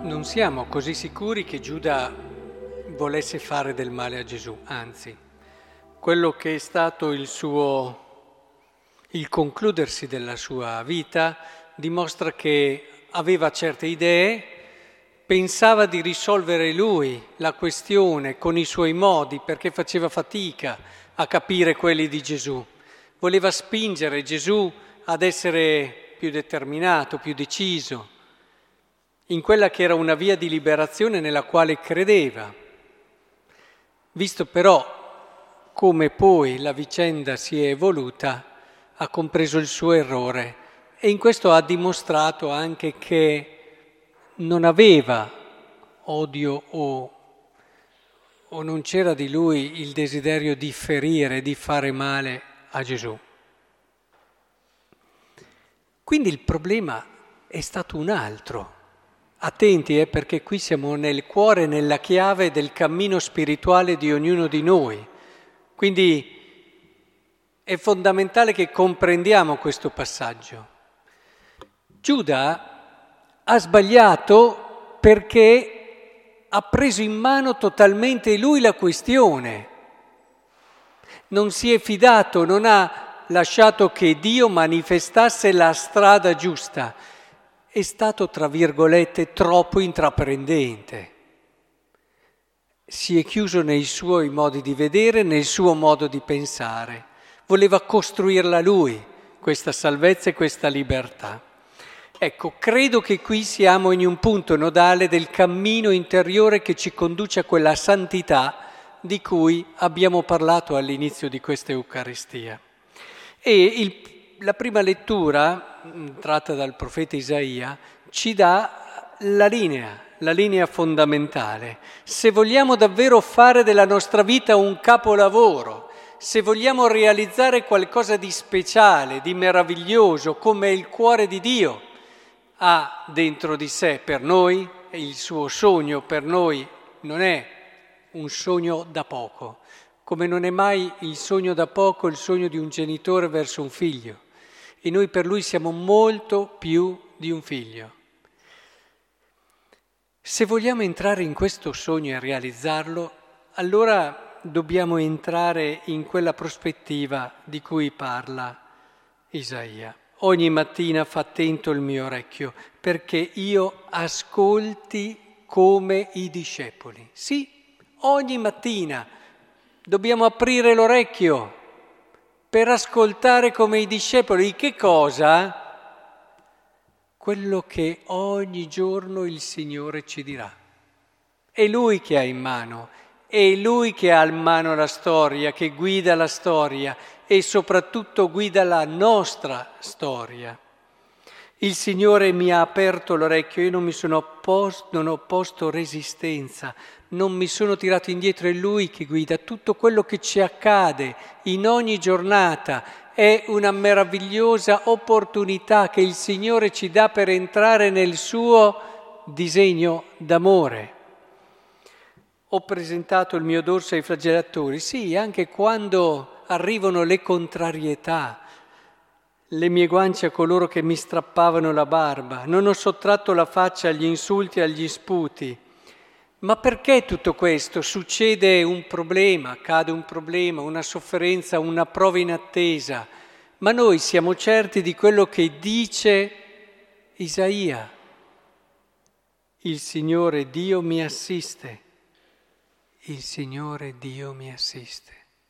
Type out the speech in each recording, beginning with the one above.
Non siamo così sicuri che Giuda volesse fare del male a Gesù, anzi, quello che è stato il concludersi della sua vita dimostra che aveva certe idee, pensava di risolvere lui la questione con i suoi modi perché faceva fatica a capire quelli di Gesù. Voleva spingere Gesù ad essere più determinato, più deciso, in quella che era una via di liberazione nella quale credeva. Visto però come poi la vicenda si è evoluta, ha compreso il suo errore e in questo ha dimostrato anche che non aveva odio o non c'era di lui il desiderio di ferire, di fare male a Gesù. Quindi il problema è stato un altro. Attenti, perché qui siamo nel cuore, nella chiave del cammino spirituale di ognuno di noi. Quindi è fondamentale che comprendiamo questo passaggio. Giuda ha sbagliato perché ha preso in mano totalmente lui la questione. Non si è fidato, non ha lasciato che Dio manifestasse la strada giusta. È stato, tra virgolette, troppo intraprendente. Si è chiuso nei suoi modi di vedere, nel suo modo di pensare. Voleva costruirla lui, questa salvezza e questa libertà. Ecco, credo che qui siamo in un punto nodale del cammino interiore che ci conduce a quella santità di cui abbiamo parlato all'inizio di questa Eucaristia. La prima lettura, tratta dal profeta Isaia, ci dà la linea fondamentale. Se vogliamo davvero fare della nostra vita un capolavoro, se vogliamo realizzare qualcosa di speciale, di meraviglioso, come il cuore di Dio ha dentro di sé per noi, e il suo sogno per noi non è un sogno da poco, come non è mai il sogno da poco il sogno di un genitore verso un figlio. E noi per lui siamo molto più di un figlio. Se vogliamo entrare in questo sogno e realizzarlo, allora dobbiamo entrare in quella prospettiva di cui parla Isaia. Ogni mattina fa attento il mio orecchio perché io ascolti come i discepoli. Sì, ogni mattina dobbiamo aprire l'orecchio per ascoltare come i discepoli. Che cosa? Quello che ogni giorno il Signore ci dirà. È Lui che ha in mano, è Lui che ha in mano la storia, che guida la storia e soprattutto guida la nostra storia. Il Signore mi ha aperto l'orecchio, io non ho posto resistenza, non mi sono tirato indietro, è Lui che guida tutto quello che ci accade in ogni giornata. È una meravigliosa opportunità che il Signore ci dà per entrare nel suo disegno d'amore. Ho presentato il mio dorso ai flagellatori, sì, anche quando arrivano le contrarietà, le mie guance a coloro che mi strappavano la barba, non ho sottratto la faccia agli insulti e agli sputi. Ma perché tutto questo? Succede un problema, accade un problema, una sofferenza, una prova inattesa, ma noi siamo certi di quello che dice Isaia. Il Signore Dio mi assiste, il Signore Dio mi assiste.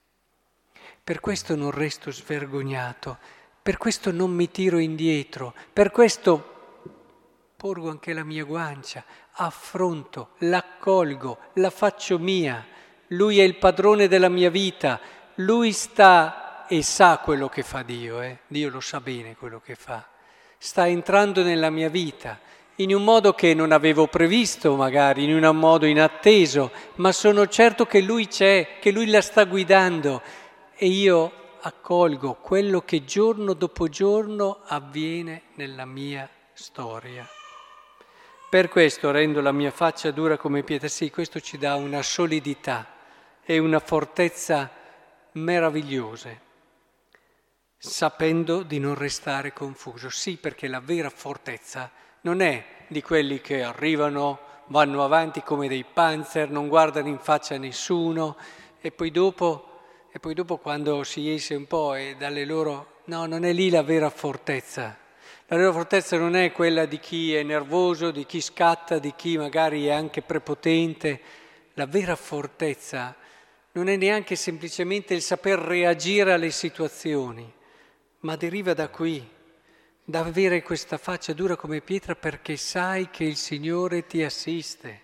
Per questo non resto svergognato, per questo non mi tiro indietro, per questo porgo anche la mia guancia, affronto, l'accolgo, la faccio mia. Lui è il padrone della mia vita, Lui sta e sa quello che fa Dio, Dio lo sa bene quello che fa. Sta entrando nella mia vita in un modo che non avevo previsto, magari in un modo inatteso, ma sono certo che Lui c'è, che Lui la sta guidando e io accolgo quello che giorno dopo giorno avviene nella mia storia. Per questo rendo la mia faccia dura come pietra. Sì, questo ci dà una solidità e una fortezza meravigliose, sapendo di non restare confuso. Sì, perché la vera fortezza non è di quelli che arrivano vanno avanti come dei panzer, non guardano in faccia a nessuno e poi dopo quando si esce un po' e dalle loro... No, non è lì la vera fortezza. La vera fortezza non è quella di chi è nervoso, di chi scatta, di chi magari è anche prepotente. La vera fortezza non è neanche semplicemente il saper reagire alle situazioni, ma deriva da qui, da avere questa faccia dura come pietra perché sai che il Signore ti assiste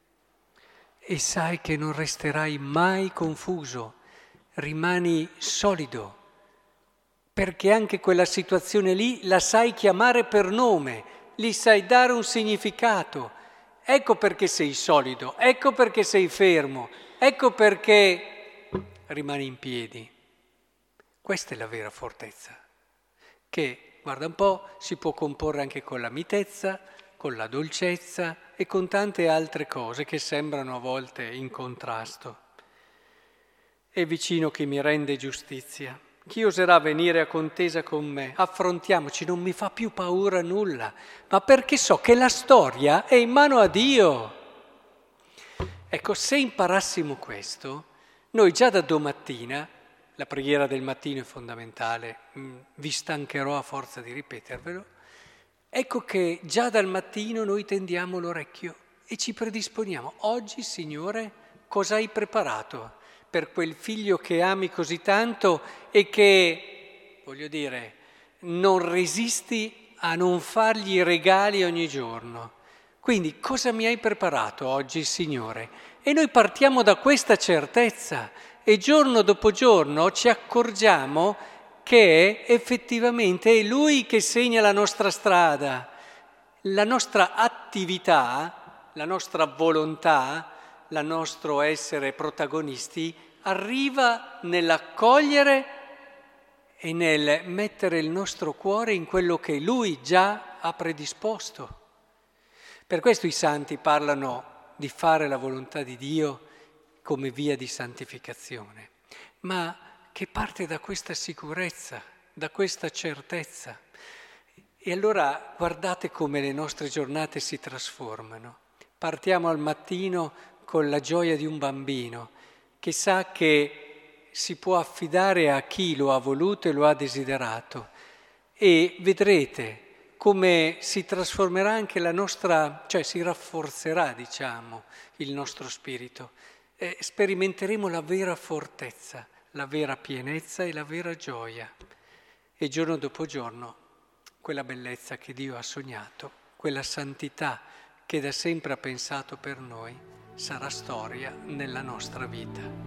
e sai che non resterai mai confuso, rimani solido, perché anche quella situazione lì la sai chiamare per nome, gli sai dare un significato. Ecco perché sei solido, ecco perché sei fermo, ecco perché rimani in piedi. Questa è la vera fortezza, che, guarda un po', si può comporre anche con la mitezza, con la dolcezza e con tante altre cose che sembrano a volte in contrasto. È vicino chi mi rende giustizia. Chi oserà venire a contesa con me? Affrontiamoci, non mi fa più paura nulla, ma perché so che la storia è in mano a Dio. Ecco, se imparassimo questo, noi già da domattina, la preghiera del mattino è fondamentale, vi stancherò a forza di ripetervelo, ecco che già dal mattino noi tendiamo l'orecchio e ci predisponiamo. Oggi, Signore, cosa hai preparato per quel figlio che ami così tanto e che, voglio dire, non resisti a non fargli regali ogni giorno. Quindi cosa mi hai preparato oggi, Signore? E noi partiamo da questa certezza e giorno dopo giorno ci accorgiamo che effettivamente è Lui che segna la nostra strada, la nostra attività, la nostra volontà, il nostro essere protagonisti arriva nell'accogliere e nel mettere il nostro cuore in quello che Lui già ha predisposto. Per questo i santi parlano di fare la volontà di Dio come via di santificazione, ma che parte da questa sicurezza, da questa certezza. E allora guardate come le nostre giornate si trasformano. Partiamo al mattino con la gioia di un bambino che sa che si può affidare a chi lo ha voluto e lo ha desiderato e vedrete come si trasformerà anche la nostra, cioè si rafforzerà, diciamo, il nostro spirito. Sperimenteremo la vera fortezza, la vera pienezza e la vera gioia. E giorno dopo giorno quella bellezza che Dio ha sognato, quella santità che da sempre ha pensato per noi, sarà storia nella nostra vita.